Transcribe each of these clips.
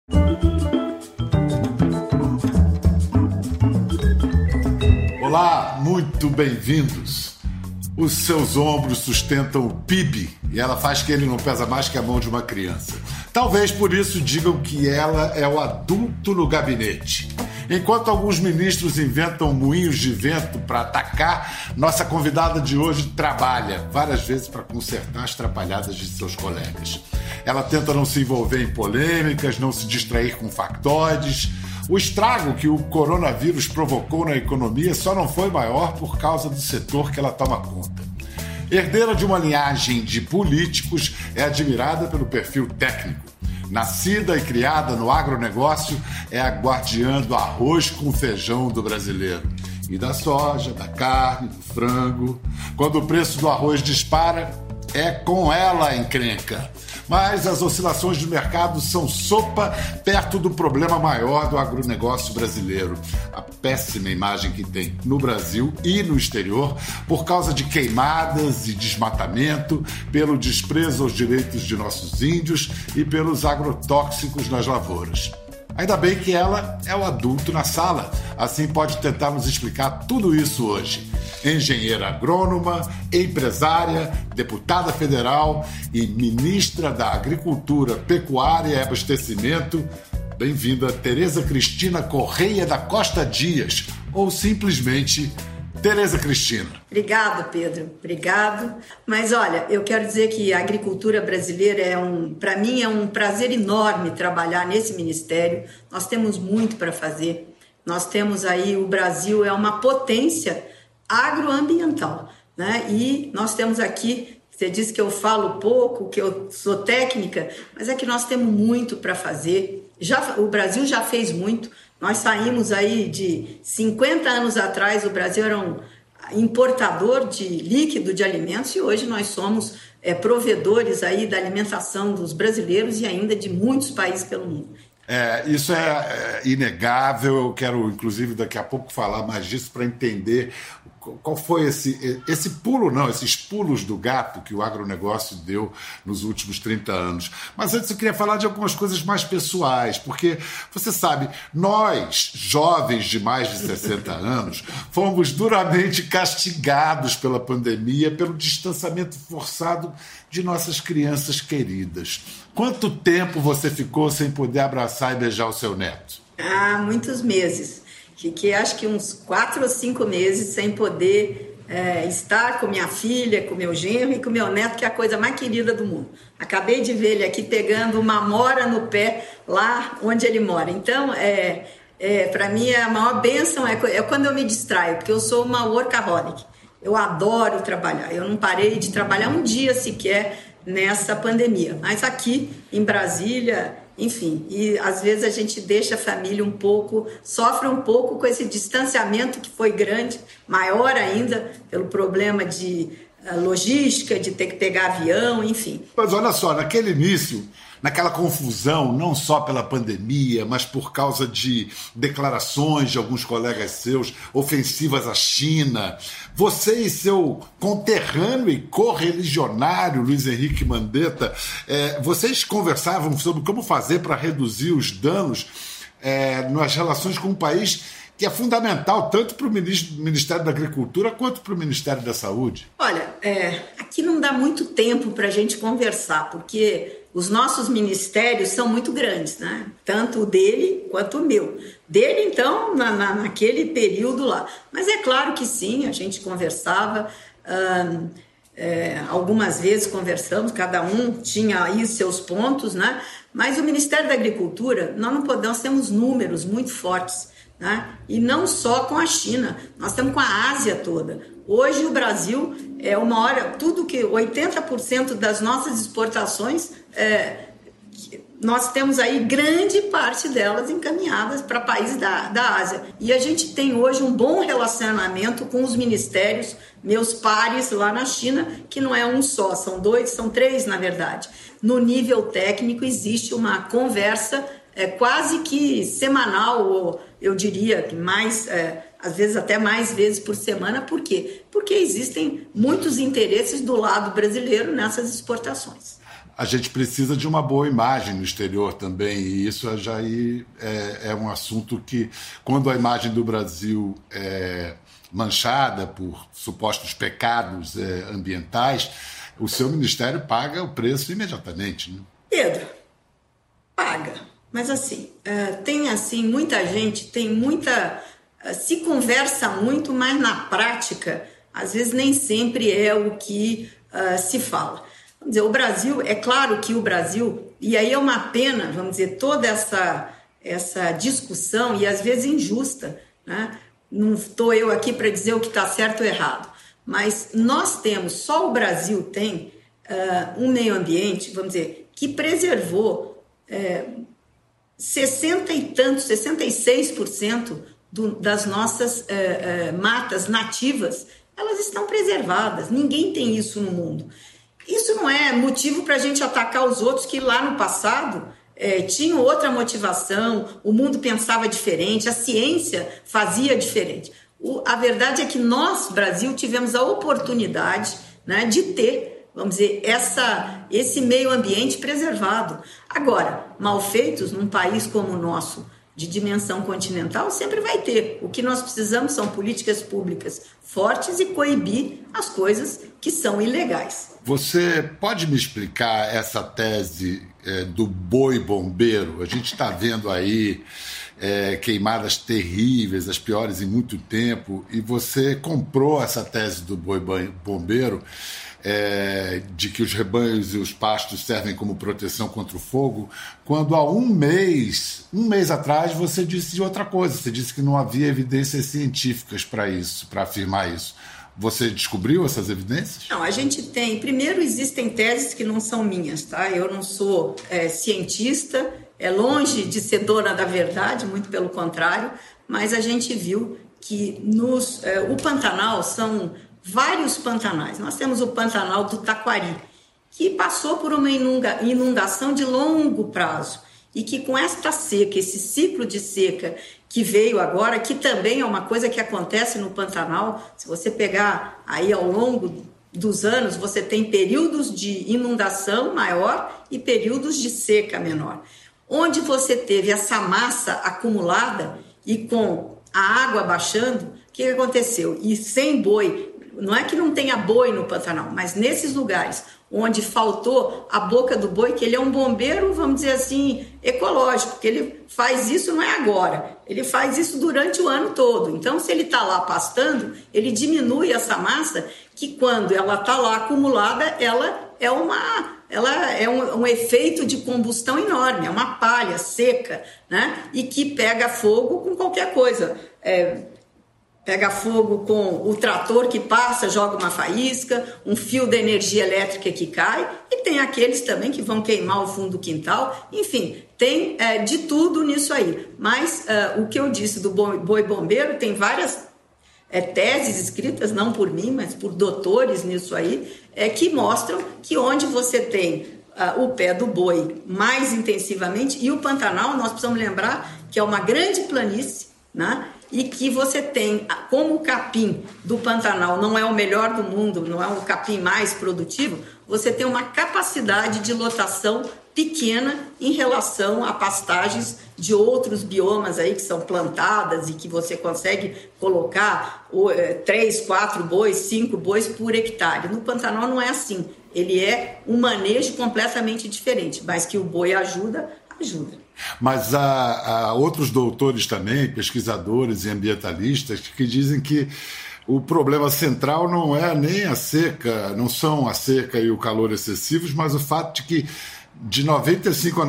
Olá, muito bem-vindos. Os seus ombros sustentam o PIB e ela faz que ele não pesa mais que a mão de uma criança. Talvez por isso digam que ela é o adulto no gabinete. Enquanto alguns ministros inventam moinhos de vento para atacar, nossa convidada de hoje trabalha várias vezes para consertar as trapalhadas de seus colegas. Ela tenta não se envolver em polêmicas, não se distrair com factoides. O estrago que o coronavírus provocou na economia só não foi maior por causa do setor que ela toma conta. Herdeira de uma linhagem de políticos, é admirada pelo perfil técnico. Nascida e criada no agronegócio, é a guardiã do arroz com feijão do brasileiro. E da soja, da carne, do frango. Quando o preço do arroz dispara, é com ela a encrenca. Mas as oscilações do mercado são sopa perto do problema maior do agronegócio brasileiro. A péssima imagem que tem no Brasil e no exterior por causa de queimadas e desmatamento, pelo desprezo aos direitos de nossos índios e pelos agrotóxicos nas lavouras. Ainda bem que ela é o adulto na sala, assim pode tentar nos explicar tudo isso hoje. Engenheira agrônoma, empresária, deputada federal e ministra da Agricultura, Pecuária e Abastecimento. Bem-vinda, Tereza Cristina Correia da Costa Dias, ou simplesmente Tereza Cristina. Obrigado, Pedro. Obrigado. Mas olha, eu quero dizer que a agricultura brasileira para mim é um prazer enorme trabalhar nesse ministério. Nós temos muito para fazer. Nós temos aí, o Brasil é uma potência agroambiental, né? E nós temos aqui, você disse que eu falo pouco, que eu sou técnica, mas é que nós temos muito para fazer. O Brasil já fez muito. Nós saímos aí de 50 anos atrás, o Brasil era um importador de líquido de alimentos e hoje nós somos provedores aí da alimentação dos brasileiros e ainda de muitos países pelo mundo. Isso é inegável. Eu quero, inclusive, daqui a pouco falar mais disso para entender qual foi esses pulos do gato que o agronegócio deu nos últimos 30 anos. Mas antes eu queria falar de algumas coisas mais pessoais, porque, você sabe, nós, jovens de mais de 60 anos, fomos duramente castigados pela pandemia, pelo distanciamento forçado de nossas crianças queridas. Quanto tempo você ficou sem poder abraçar e beijar o seu neto? Muitos meses. Fiquei acho que uns 4 ou 5 meses sem poder estar com minha filha, com meu genro e com meu neto, que é a coisa mais querida do mundo. Acabei de ver ele aqui pegando uma amora no pé lá onde ele mora. Então, para mim, a maior bênção é quando eu me distraio, porque eu sou uma workaholic. Eu adoro trabalhar. Eu não parei de trabalhar um dia sequer nessa pandemia. Mas aqui em Brasília, enfim, e às vezes a gente deixa a família sofre um pouco com esse distanciamento que foi grande, maior ainda, pelo problema de logística, de ter que pegar avião, enfim. Mas olha só, naquele início, naquela confusão, não só pela pandemia, mas por causa de declarações de alguns colegas seus ofensivas à China, você e seu conterrâneo e correligionário Luiz Henrique Mandetta, vocês conversavam sobre como fazer para reduzir os danos nas relações com um país que é fundamental tanto para o Ministério da Agricultura quanto para o Ministério da Saúde. Olha, aqui não dá muito tempo para a gente conversar, porque os nossos ministérios são muito grandes, né? Tanto o dele quanto o meu. Dele, então, naquele período lá. Mas é claro que sim, a gente conversava, algumas vezes conversamos, cada um tinha aí seus pontos, né? Mas o Ministério da Agricultura, nós temos números muito fortes, né? E não só com a China, nós temos com a Ásia toda. Hoje o Brasil é uma hora, 80% das nossas exportações, nós temos aí grande parte delas encaminhadas para países da Ásia. E a gente tem hoje um bom relacionamento com os ministérios, meus pares lá na China, que não é um só, são 2, são 3 na verdade. No nível técnico existe uma conversa quase que semanal, ou eu diria que mais, às vezes até mais vezes por semana. Por quê? Porque existem muitos interesses do lado brasileiro nessas exportações. a gente precisa de uma boa imagem no exterior também, e isso já aí é um assunto que, quando a imagem do Brasil é manchada por supostos pecados ambientais, o seu ministério paga o preço imediatamente, né? Pedro, paga. Mas assim, tem assim muita gente, se conversa muito, mas na prática, às vezes nem sempre é o que se fala. Vamos dizer, o Brasil, é claro que o Brasil, e aí é uma pena, vamos dizer, toda essa discussão, e às vezes injusta, né? Não estou eu aqui para dizer o que está certo ou errado, mas nós temos, só o Brasil tem um meio ambiente, vamos dizer, que preservou 66% das nossas matas nativas, elas estão preservadas. Ninguém tem isso no mundo. Isso não é motivo para a gente atacar os outros que lá no passado tinham outra motivação, o mundo pensava diferente, a ciência fazia diferente. A verdade é que nós, Brasil, tivemos a oportunidade, né, de ter, vamos dizer, esse meio ambiente preservado. Agora, mal feitos num país como o nosso, de dimensão continental, sempre vai ter. O que nós precisamos são políticas públicas fortes e coibir as coisas que são ilegais. Você pode me explicar essa tese do boi bombeiro? A gente está vendo aí queimadas terríveis, as piores em muito tempo, e você comprou essa tese do boi bombeiro, de que os rebanhos e os pastos servem como proteção contra o fogo, quando há um mês atrás você disse outra coisa, você disse que não havia evidências científicas para isso, para afirmar isso. Você descobriu essas evidências? Não, a gente tem. Primeiro, existem teses que não são minhas, tá? Eu não sou cientista, longe de ser dona da verdade, muito pelo contrário, mas a gente viu que o Pantanal são vários pantanais. Nós temos o Pantanal do Taquari, que passou por uma inundação de longo prazo e que com esta seca, esse ciclo de seca que veio agora, que também é uma coisa que acontece no Pantanal, se você pegar aí ao longo dos anos, você tem períodos de inundação maior e períodos de seca menor. Onde você teve essa massa acumulada e com a água baixando, o que aconteceu? E sem boi, não é que não tenha boi no Pantanal, mas nesses lugares onde faltou a boca do boi, que ele é um bombeiro, vamos dizer assim, ecológico, porque ele faz isso não é agora, ele faz isso durante o ano todo. Então, se ele está lá pastando, ele diminui essa massa, que quando ela está lá acumulada, ela é um efeito de combustão enorme, é uma palha seca, né? E que pega fogo com qualquer coisa. Pega fogo com o trator que passa, joga uma faísca, um fio de energia elétrica que cai, e tem aqueles também que vão queimar o fundo do quintal. Enfim, tem de tudo nisso aí. Mas o que eu disse do boi bombeiro, tem várias teses escritas, não por mim, mas por doutores nisso aí, que mostram que onde você tem o pé do boi mais intensivamente, e o Pantanal, nós precisamos lembrar que é uma grande planície, né? E que você tem, como o capim do Pantanal não é o melhor do mundo, não é o capim mais produtivo, você tem uma capacidade de lotação pequena em relação a pastagens de outros biomas aí que são plantadas e que você consegue colocar 3, 4 bois, 5 bois por hectare. No Pantanal não é assim, ele é um manejo completamente diferente, mas que o boi ajuda. Mas há outros doutores também, pesquisadores e ambientalistas, que dizem que o problema central não é nem a seca, não são a seca e o calor excessivos, mas o fato de que de 95% a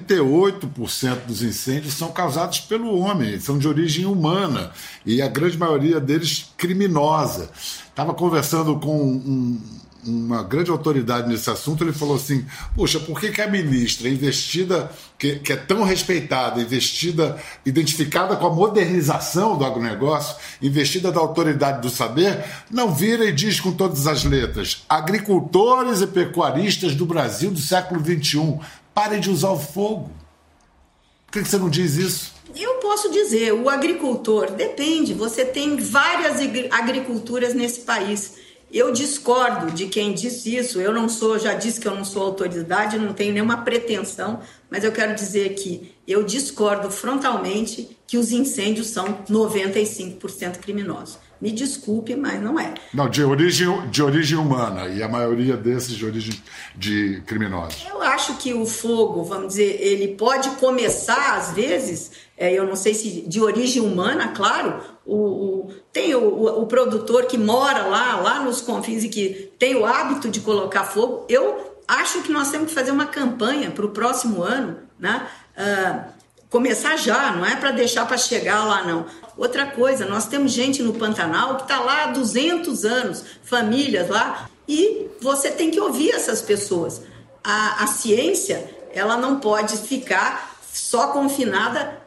98% dos incêndios são causados pelo homem, são de origem humana, e a grande maioria deles criminosa. Estava conversando com uma grande autoridade nesse assunto, ele falou assim, poxa, por que a ministra, investida, que é tão respeitada, identificada com a modernização do agronegócio, investida da autoridade do saber, não vira e diz com todas as letras, agricultores e pecuaristas do Brasil do século XXI, parem de usar o fogo. Por que você não diz isso? Eu posso dizer, o agricultor, depende, você tem várias agriculturas nesse país. Eu discordo de quem disse isso, já disse que eu não sou autoridade, não tenho nenhuma pretensão, mas eu quero dizer que eu discordo frontalmente que os incêndios são 95% criminosos. Me desculpe, mas não é. Não, de origem humana, e a maioria desses de origem de criminosos. Eu acho que o fogo, vamos dizer, ele pode começar, às vezes, eu não sei se de origem humana, claro, tem o produtor que mora lá nos confins e que tem o hábito de colocar fogo. Eu acho que nós temos que fazer uma campanha para o próximo ano, né? Começar já, não é para deixar para chegar lá, não. Outra coisa, nós temos gente no Pantanal que está lá há 200 anos, famílias lá, e você tem que ouvir essas pessoas. A ciência, ela não pode ficar só confinada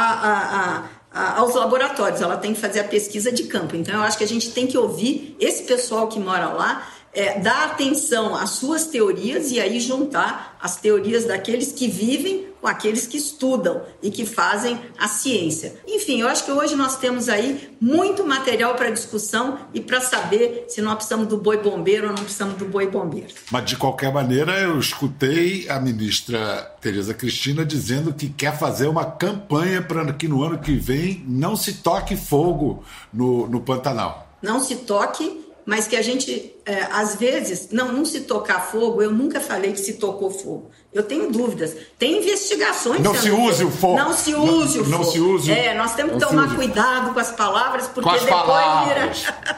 aos laboratórios, ela tem que fazer a pesquisa de campo. Então, eu acho que a gente tem que ouvir esse pessoal que mora lá, dar atenção às suas teorias e aí juntar as teorias daqueles que vivem com aqueles que estudam e que fazem a ciência. Enfim, eu acho que hoje nós temos aí muito material para discussão e para saber se nós precisamos do boi bombeiro ou não precisamos do boi bombeiro. Mas, de qualquer maneira, eu escutei a ministra Tereza Cristina dizendo que quer fazer uma campanha para que no ano que vem não se toque fogo no Pantanal. Não se toque, mas que a gente, às vezes, não se tocar fogo, eu nunca falei que se tocou fogo. Eu tenho dúvidas. Tem investigações. Não se use o fogo. Não se use o fogo. Não se use. Nós temos que tomar cuidado com as palavras, porque depois vira...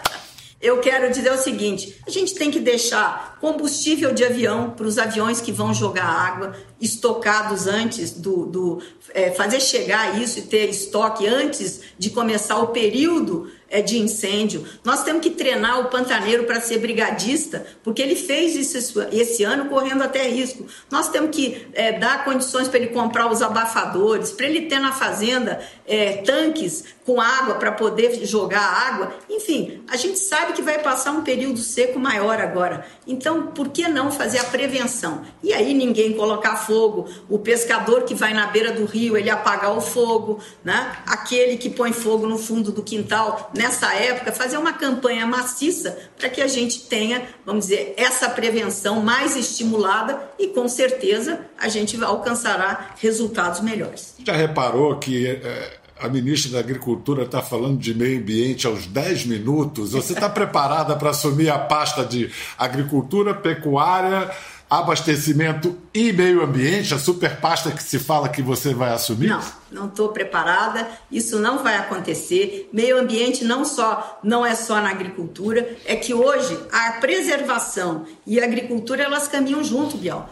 Eu quero dizer o seguinte, a gente tem que deixar combustível de avião para os aviões que vão jogar água, estocados antes fazer chegar isso e ter estoque antes de começar o período de incêndio. Nós temos que treinar o pantaneiro para ser brigadista, porque ele fez isso esse ano correndo até risco. Nós temos que dar condições para ele comprar os abafadores, para ele ter na fazenda tanques com água para poder jogar água. Enfim, a gente sabe que vai passar um período seco maior agora. Então, por que não fazer a prevenção? E aí ninguém colocar fogo, o pescador que vai na beira do rio, ele apagar o fogo, né? Aquele que põe fogo no fundo do quintal, nessa época, fazer uma campanha maciça para que a gente tenha, vamos dizer, essa prevenção mais estimulada e, com certeza, a gente alcançará resultados melhores. Já reparou que a ministra da Agricultura está falando de meio ambiente aos 10 minutos? Você está preparada para assumir a pasta de Agricultura, Pecuária, Abastecimento e Meio Ambiente, a super pasta que se fala que você vai assumir? Não estou preparada, isso não vai acontecer. Meio ambiente não é só na agricultura, é que hoje a preservação e a agricultura elas caminham junto, Bial.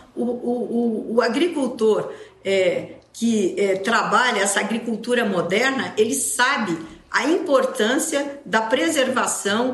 O agricultor que trabalha essa agricultura moderna, ele sabe a importância da preservação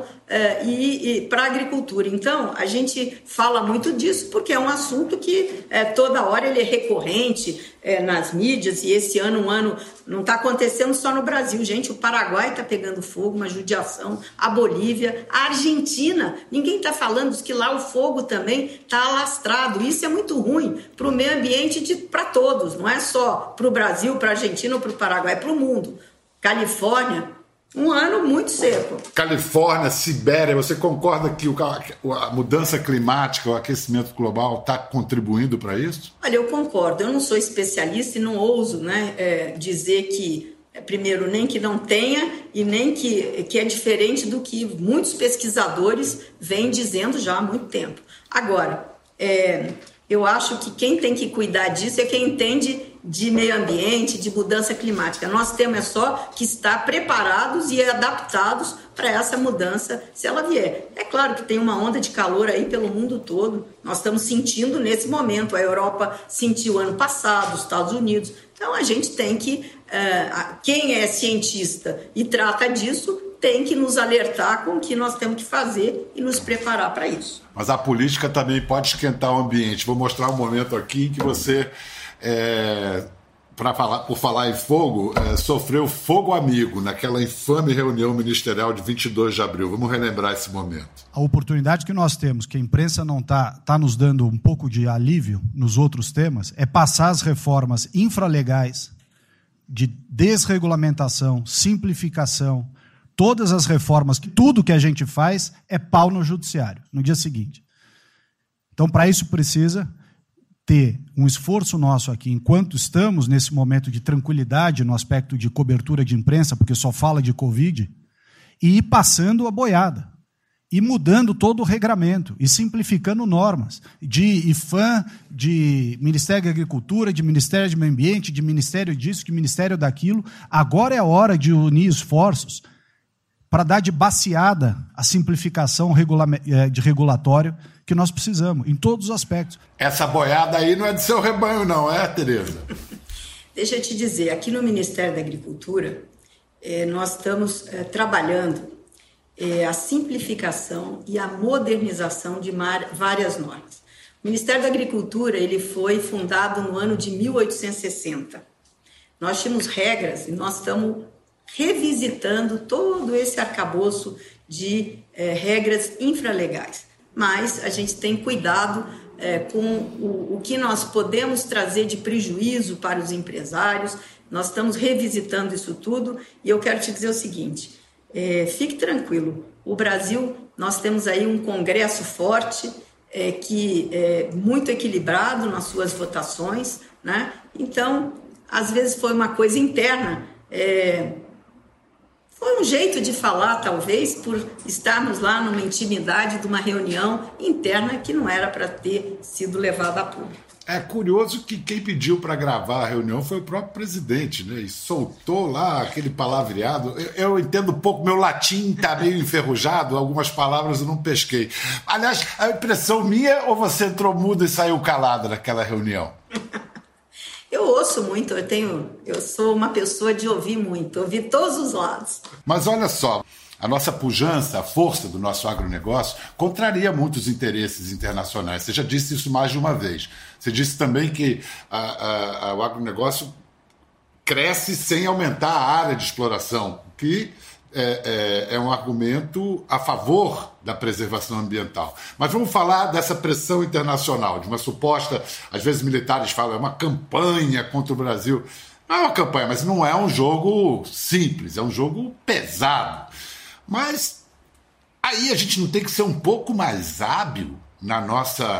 e para a agricultura. Então, a gente fala muito disso porque é um assunto que toda hora ele é recorrente nas mídias, e esse ano, não está acontecendo só no Brasil, gente. O Paraguai está pegando fogo, uma judiação, a Bolívia, a Argentina, ninguém está falando que lá o fogo também está alastrado. Isso é muito ruim para o meio ambiente para todos, não é só para o Brasil, para a Argentina ou para o Paraguai, é para o mundo. Califórnia, um ano muito seco. Califórnia, Sibéria, você concorda que a mudança climática, o aquecimento global está contribuindo para isso? Olha, eu concordo. Eu não sou especialista e não ouso dizer que, primeiro, nem que não tenha e nem que é diferente do que muitos pesquisadores vêm dizendo já há muito tempo. Agora, eu acho que quem tem que cuidar disso é quem entende de meio ambiente, de mudança climática. Nós temos só que estar preparados e adaptados para essa mudança, se ela vier. É claro que tem uma onda de calor aí pelo mundo todo, nós estamos sentindo nesse momento, a Europa sentiu ano passado, os Estados Unidos. Então a gente tem que, quem é cientista e trata disso, tem que nos alertar com o que nós temos que fazer e nos preparar para isso. Mas a política também pode esquentar o ambiente. Vou mostrar um momento aqui em que você, por falar em fogo, sofreu fogo amigo naquela infame reunião ministerial de 22 de abril. Vamos relembrar esse momento. A oportunidade que nós temos, que a imprensa não está nos dando um pouco de alívio nos outros temas, é passar as reformas infralegais de desregulamentação, simplificação, todas as reformas, tudo que a gente faz é pau no judiciário, no dia seguinte. Então, para isso precisa ter um esforço nosso aqui, enquanto estamos nesse momento de tranquilidade no aspecto de cobertura de imprensa, porque só fala de Covid, e ir passando a boiada, e mudando todo o regramento, e simplificando normas, de IFAM, de Ministério da Agricultura, de Ministério do Meio Ambiente, de Ministério disso, de Ministério daquilo. Agora é a hora de unir esforços para dar de baseada a simplificação de regulatório que nós precisamos, em todos os aspectos. Essa boiada aí não é do seu rebanho, não é, Tereza? Deixa eu te dizer, aqui no Ministério da Agricultura, nós estamos trabalhando a simplificação e a modernização de várias normas. O Ministério da Agricultura ele foi fundado no ano de 1860. Nós tínhamos regras e nós estamos revisitando todo esse arcabouço de regras infralegais. Mas a gente tem cuidado com o que nós podemos trazer de prejuízo para os empresários. Nós estamos revisitando isso tudo e eu quero te dizer o seguinte, fique tranquilo, o Brasil, nós temos aí um Congresso forte, que é muito equilibrado nas suas votações, né? Então, às vezes foi uma coisa interna, foi um jeito de falar, talvez, por estarmos lá numa intimidade de uma reunião interna que não era para ter sido levada a público. É curioso que quem pediu para gravar a reunião foi o próprio presidente, né? E soltou lá aquele palavreado. Eu entendo um pouco, meu latim está meio enferrujado, algumas palavras eu não pesquei. Aliás, a impressão minha ou você entrou mudo e saiu calado naquela reunião? Eu ouço muito, eu sou uma pessoa de ouvir muito, ouvir todos os lados. Mas olha só, a nossa pujança, a força do nosso agronegócio contraria muitos interesses internacionais. Você já disse isso mais de uma vez. Você disse também que o agronegócio cresce sem aumentar a área de exploração, que é um argumento a favor da preservação ambiental. Mas vamos falar dessa pressão internacional, de uma suposta, às vezes militares falam, é uma campanha contra o Brasil. Não é uma campanha, mas não é um jogo simples, é um jogo pesado. Mas aí a gente não tem que ser um pouco mais hábil nas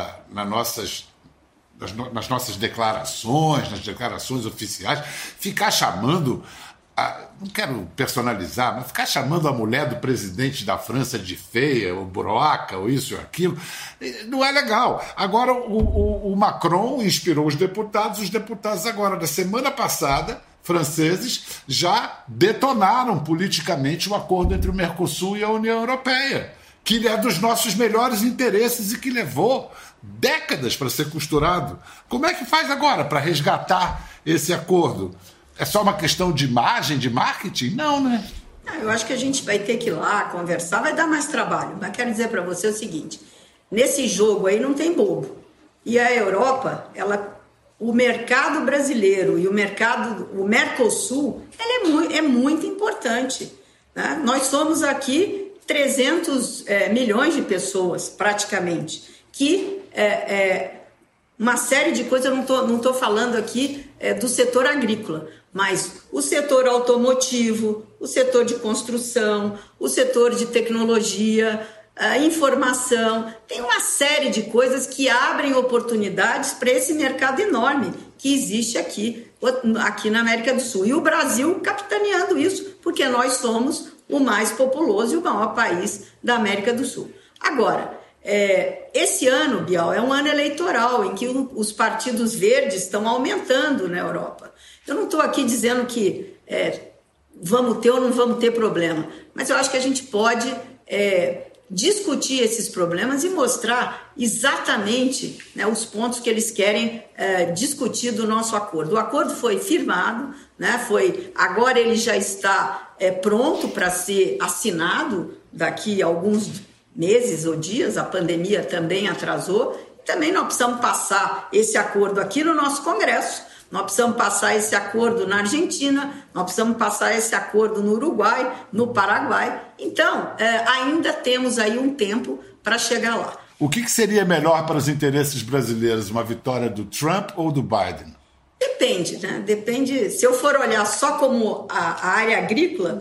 nossas declarações, nas declarações oficiais, ficar chamando, não quero personalizar, mas ficar chamando a mulher do presidente da França de feia, ou broaca, ou isso ou aquilo, não é legal. Agora o Macron inspirou os deputados agora, da semana passada, franceses, já detonaram politicamente o acordo entre o Mercosul e a União Europeia, que é dos nossos melhores interesses e que levou décadas para ser costurado. Como é que faz agora para resgatar esse acordo? É só uma questão de imagem, de marketing? Não, né? Eu acho que a gente vai ter que ir lá conversar, vai dar mais trabalho. Mas quero dizer para você o seguinte, nesse jogo aí não tem bobo. E a Europa, o mercado brasileiro e o Mercosul, é muito importante, né? Nós somos aqui 300 milhões de pessoas, praticamente, que uma série de coisas, eu não estou falando aqui do setor agrícola, mas o setor automotivo, o setor de construção, o setor de tecnologia, informação, tem uma série de coisas que abrem oportunidades para esse mercado enorme que existe aqui na América do Sul. E o Brasil capitaneando isso, porque nós somos o mais populoso e o maior país da América do Sul. Agora, esse ano, Bial, é um ano eleitoral em que os partidos verdes estão aumentando na Europa. Eu não estou aqui dizendo que vamos ter ou não vamos ter problema, mas eu acho que a gente pode discutir esses problemas e mostrar exatamente, né, os pontos que eles querem discutir do nosso acordo. O acordo foi firmado, né, agora ele já está pronto para ser assinado daqui a alguns meses ou dias, a pandemia também atrasou, também nós precisamos passar esse acordo aqui no nosso Congresso, nós precisamos passar esse acordo na Argentina, nós precisamos passar esse acordo no Uruguai, no Paraguai. Então, ainda temos aí um tempo para chegar lá. O que seria melhor para os interesses brasileiros, uma vitória do Trump ou do Biden? Depende, né? Depende. Se eu for olhar só como a área agrícola,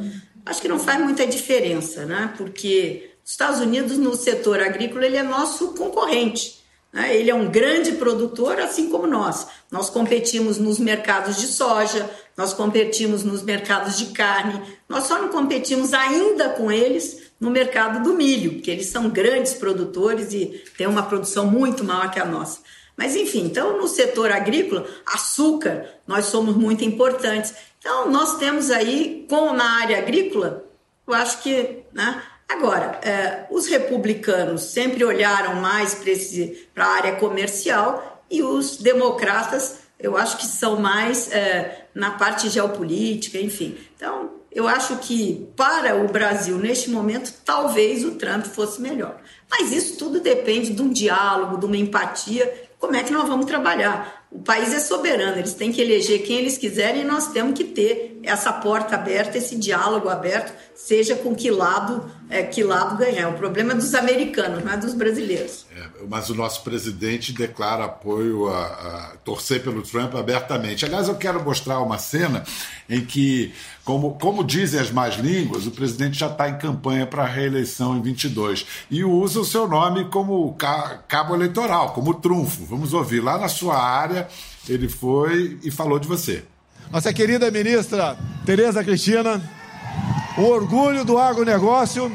acho que não faz muita diferença, né? Porque os Estados Unidos, no setor agrícola, ele é nosso concorrente, né? Ele é um grande produtor, assim como nós. Nós competimos nos mercados de soja, nós competimos nos mercados de carne, nós só não competimos ainda com eles no mercado do milho, porque eles são grandes produtores e têm uma produção muito maior que a nossa. Mas, enfim, então, no setor agrícola, açúcar, nós somos muito importantes. Então, nós temos aí, na área agrícola, eu acho que, né? Agora, os republicanos sempre olharam mais para a área comercial e os democratas, eu acho que são mais na parte geopolítica, enfim. Então, eu acho que para o Brasil, neste momento, talvez o Trump fosse melhor. Mas isso tudo depende de um diálogo, de uma empatia. Como é que nós vamos trabalhar? O país é soberano, eles têm que eleger quem eles quiserem e nós temos que ter essa porta aberta, esse diálogo aberto, seja com que lado ganhar. O problema é dos americanos, não é dos brasileiros. Mas o nosso presidente declara apoio a torcer pelo Trump abertamente. Aliás, eu quero mostrar uma cena em que, como dizem as más línguas, o presidente já está em campanha para a reeleição em 22 e usa o seu nome como cabo eleitoral, como trunfo. Vamos ouvir. Lá na sua área, ele foi e falou de você. Nossa querida ministra Tereza Cristina, o orgulho do agronegócio,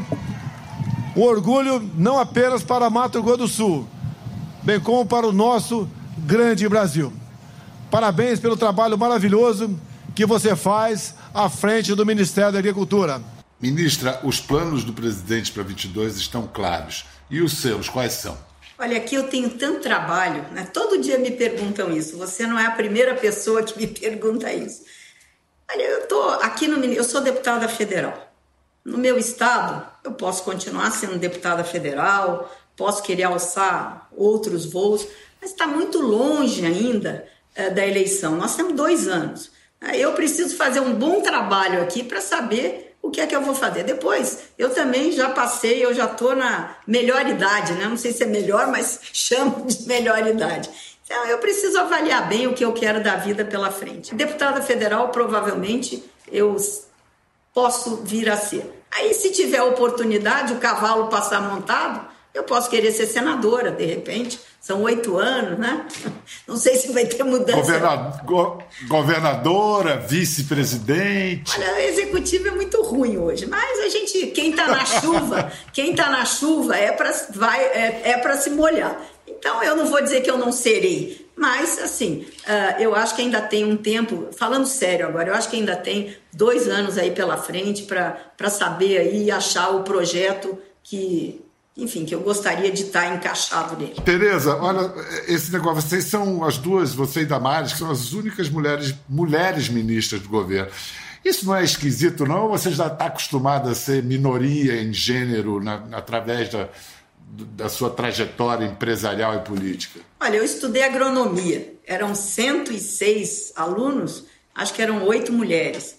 o orgulho não apenas para Mato Grosso do Sul, bem como para o nosso grande Brasil. Parabéns pelo trabalho maravilhoso que você faz à frente do Ministério da Agricultura. Ministra, os planos do presidente para 22 estão claros. E os seus, quais são? Olha, aqui eu tenho tanto trabalho, né? Todo dia me perguntam isso. Você não é a primeira pessoa que me pergunta isso. Olha, eu sou deputada federal. No meu estado, eu posso continuar sendo deputada federal, posso querer alçar outros voos, mas está muito longe ainda da eleição. Nós temos 2 anos. Eu preciso fazer um bom trabalho aqui para saber o que é que eu vou fazer. Depois, eu também já passei, eu já estou na melhor idade, né? Não sei se é melhor, mas chamo de melhor idade. Então, eu preciso avaliar bem o que eu quero da vida pela frente. Deputada federal, provavelmente, eu posso vir a ser. Aí, se tiver oportunidade, o cavalo passar montado, eu posso querer ser senadora, de repente. São 8 anos, né? Não sei se vai ter mudança. Governadora, vice-presidente. Olha, o executivo é muito ruim hoje, mas quem está na chuva é para se molhar. Então, eu não vou dizer que eu não serei, mas, assim, eu acho que ainda tem um tempo, falando sério agora, eu acho que ainda tem 2 anos aí pela frente para saber aí achar o projeto que eu gostaria de estar encaixado nele. Tereza, olha, esse negócio, vocês são as duas, você e Damares, que são as únicas mulheres ministras do governo. Isso não é esquisito, não? Ou você já está acostumada a ser minoria em gênero através da sua trajetória empresarial e política? Olha, eu estudei agronomia. Eram 106 alunos, acho que eram 8 mulheres.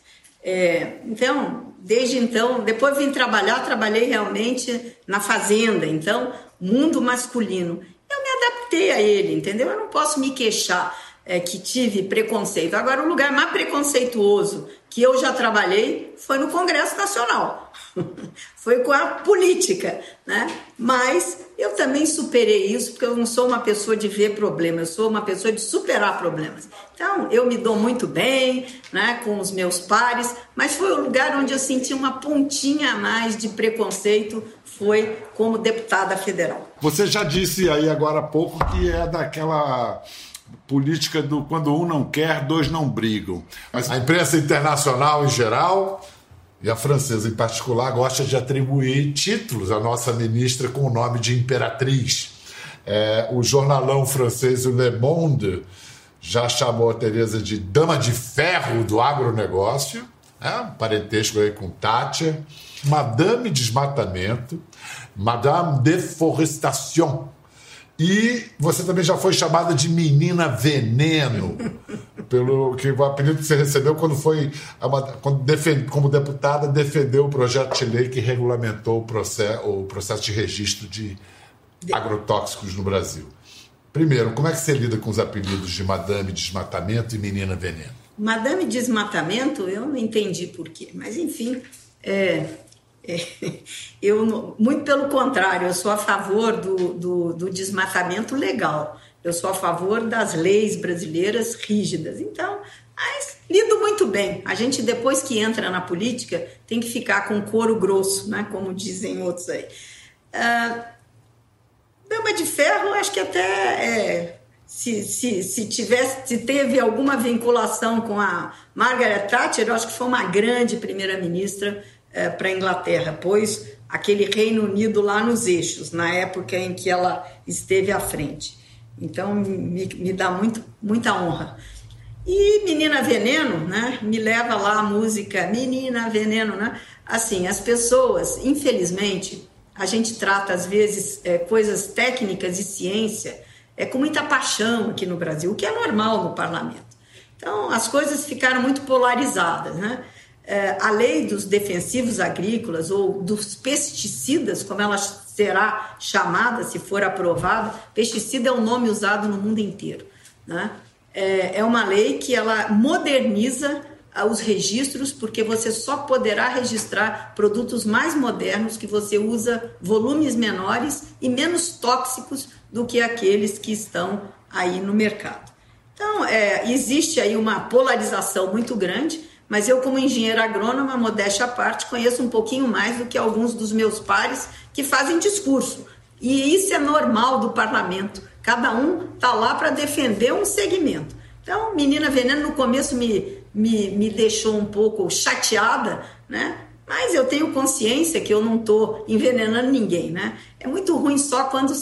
Desde então, depois vim trabalhei realmente na fazenda, então, mundo masculino. Eu me adaptei a ele, entendeu? Eu não posso me queixar que tive preconceito. Agora, o lugar mais preconceituoso que eu já trabalhei foi no Congresso Nacional. Foi com a política, né? Mas eu também superei isso, porque eu não sou uma pessoa de ver problemas, eu sou uma pessoa de superar problemas. Então, eu me dou muito bem, né, com os meus pares, mas foi o lugar onde eu senti uma pontinha a mais de preconceito, foi como deputada federal. Você já disse aí agora há pouco que é daquela política do quando um não quer, 2 não brigam. Mas a imprensa internacional em geral, e a francesa em particular, gosta de atribuir títulos à nossa ministra com o nome de imperatriz. O jornalão francês, o Le Monde, já chamou a Tereza de dama de ferro do agronegócio, um parentesco aí com Thatcher, madame desmatamento, madame deforestation. E você também já foi chamada de menina veneno, pelo que o apelido que você recebeu quando como deputada, defendeu o projeto de lei que regulamentou o processo de registro de agrotóxicos no Brasil. Primeiro, como é que você lida com os apelidos de Madame Desmatamento e Menina Veneno? Madame Desmatamento, eu não entendi por quê, mas enfim, Eu, muito pelo contrário, eu sou a favor do desmatamento legal. Eu sou a favor das leis brasileiras rígidas. Então, mas lido muito bem. A gente, depois que entra na política, tem que ficar com couro grosso, né? Como dizem outros aí. Dama de Ferro, acho que até se teve alguma vinculação com a Margaret Thatcher, eu acho que foi uma grande primeira-ministra para a Inglaterra, pois aquele Reino Unido lá nos eixos, na época em que ela esteve à frente. Então, me dá muita honra. E Menina Veneno, né? Me leva lá a música Menina Veneno, né? Assim, as pessoas, infelizmente, a gente trata às vezes coisas técnicas e ciência com muita paixão aqui no Brasil, o que é normal no parlamento. Então, as coisas ficaram muito polarizadas, né? A lei dos defensivos agrícolas ou dos pesticidas, como ela será chamada se for aprovada, pesticida é um nome usado no mundo inteiro, né? É uma lei que ela moderniza os registros, porque você só poderá registrar produtos mais modernos, que você usa volumes menores e menos tóxicos do que aqueles que estão aí no mercado. Então, existe aí uma polarização muito grande, mas eu, como engenheira agrônoma, modéstia à parte, conheço um pouquinho mais do que alguns dos meus pares que fazem discurso. E isso é normal do parlamento. Cada um está lá para defender um segmento. Então, Menina Veneno, no começo, me deixou um pouco chateada, né? Mas eu tenho consciência que eu não estou envenenando ninguém, né? É muito ruim só quando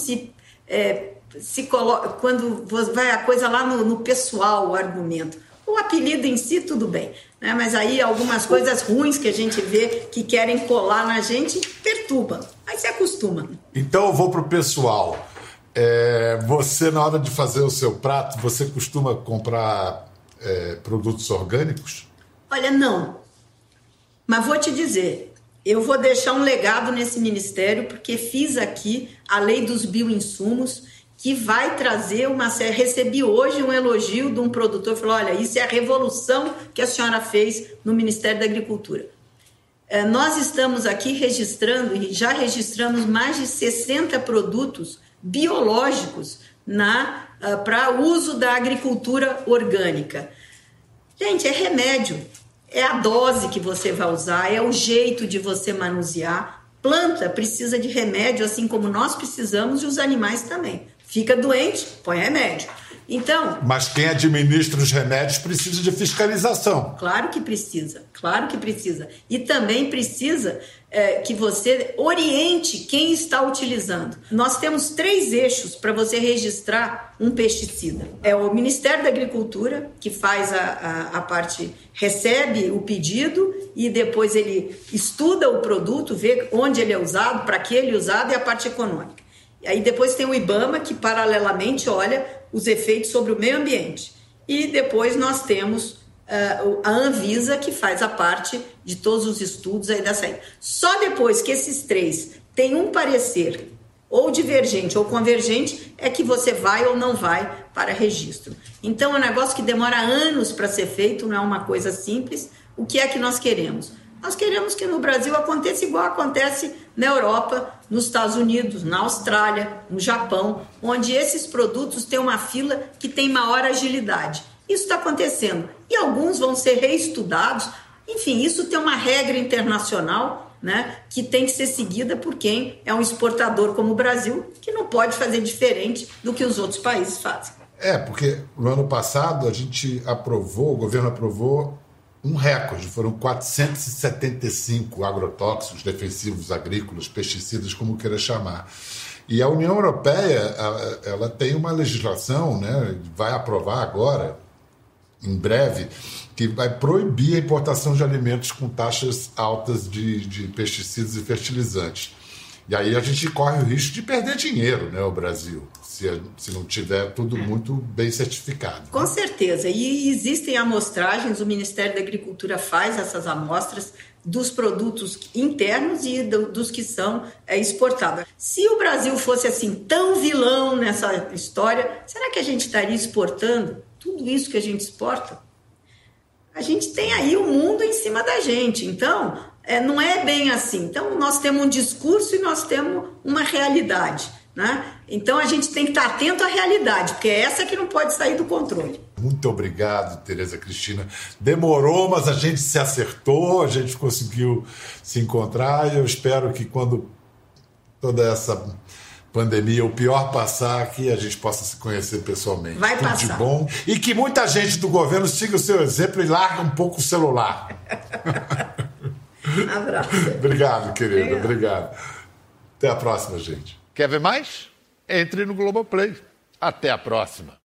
se coloca, quando vai a coisa lá no pessoal, o argumento. O apelido em si, tudo bem, né? Mas aí algumas coisas ruins que a gente vê que querem colar na gente perturbam, mas se acostuma. Então eu vou para o pessoal. Você, na hora de fazer o seu prato, você costuma comprar produtos orgânicos? Olha, não. Mas vou te dizer, eu vou deixar um legado nesse ministério, porque fiz aqui a lei dos bioinsumos, que vai trazer recebi hoje um elogio de um produtor, falou, olha, isso é a revolução que a senhora fez no Ministério da Agricultura. Nós estamos aqui registrando, e já registramos mais de 60 produtos biológicos para uso da agricultura orgânica. Gente, é remédio, é a dose que você vai usar, é o jeito de você manusear. Planta precisa de remédio, assim como nós precisamos, e os animais também. Fica doente, põe remédio. Então, mas quem administra os remédios precisa de fiscalização. Claro que precisa, claro que precisa. E também precisa que você oriente quem está utilizando. Nós temos 3 eixos para você registrar um pesticida. É o Ministério da Agricultura, que faz a parte, recebe o pedido e depois ele estuda o produto, vê onde ele é usado, para que ele é usado, e a parte econômica. E aí depois tem o IBAMA, que paralelamente olha os efeitos sobre o meio ambiente. E depois nós temos a Anvisa, que faz a parte de todos os estudos aí dessa aí. Só depois que esses 3 têm um parecer ou divergente ou convergente é que você vai ou não vai para registro. Então é um negócio que demora anos para ser feito, não é uma coisa simples. O que é que nós queremos? Nós queremos que no Brasil aconteça igual acontece na Europa, nos Estados Unidos, na Austrália, no Japão, onde esses produtos têm uma fila que tem maior agilidade. Isso está acontecendo. E alguns vão ser reestudados. Enfim, isso tem uma regra internacional, né, que tem que ser seguida por quem é um exportador como o Brasil, que não pode fazer diferente do que os outros países fazem. Porque no ano passado o governo aprovou um recorde, foram 475 agrotóxicos, defensivos agrícolas, pesticidas, como queira chamar. E a União Europeia, ela tem uma legislação, né, vai aprovar agora, em breve, que vai proibir a importação de alimentos com taxas altas de pesticidas e fertilizantes. E aí a gente corre o risco de perder dinheiro, né, o Brasil, se não tiver tudo muito bem certificado. Com certeza. E existem amostragens, o Ministério da Agricultura faz essas amostras dos produtos internos e dos que são exportados. Se o Brasil fosse assim tão vilão nessa história, será que a gente estaria exportando tudo isso que a gente exporta? A gente tem aí o mundo em cima da gente. Então, não é bem assim. Então, nós temos um discurso e nós temos uma realidade, né? Então, a gente tem que estar atento à realidade, porque é essa que não pode sair do controle. Muito obrigado, Tereza Cristina. Demorou, mas a gente se acertou, a gente conseguiu se encontrar, e eu espero que quando toda essa pandemia, o pior passar, que a gente possa se conhecer pessoalmente. Vai Tudo passar. de bom. E que muita gente do governo siga o seu exemplo e largue um pouco o celular. Abraço. Obrigado, querido. Obrigado. Até a próxima, gente. Quer ver mais? Entre no Globoplay. Até a próxima.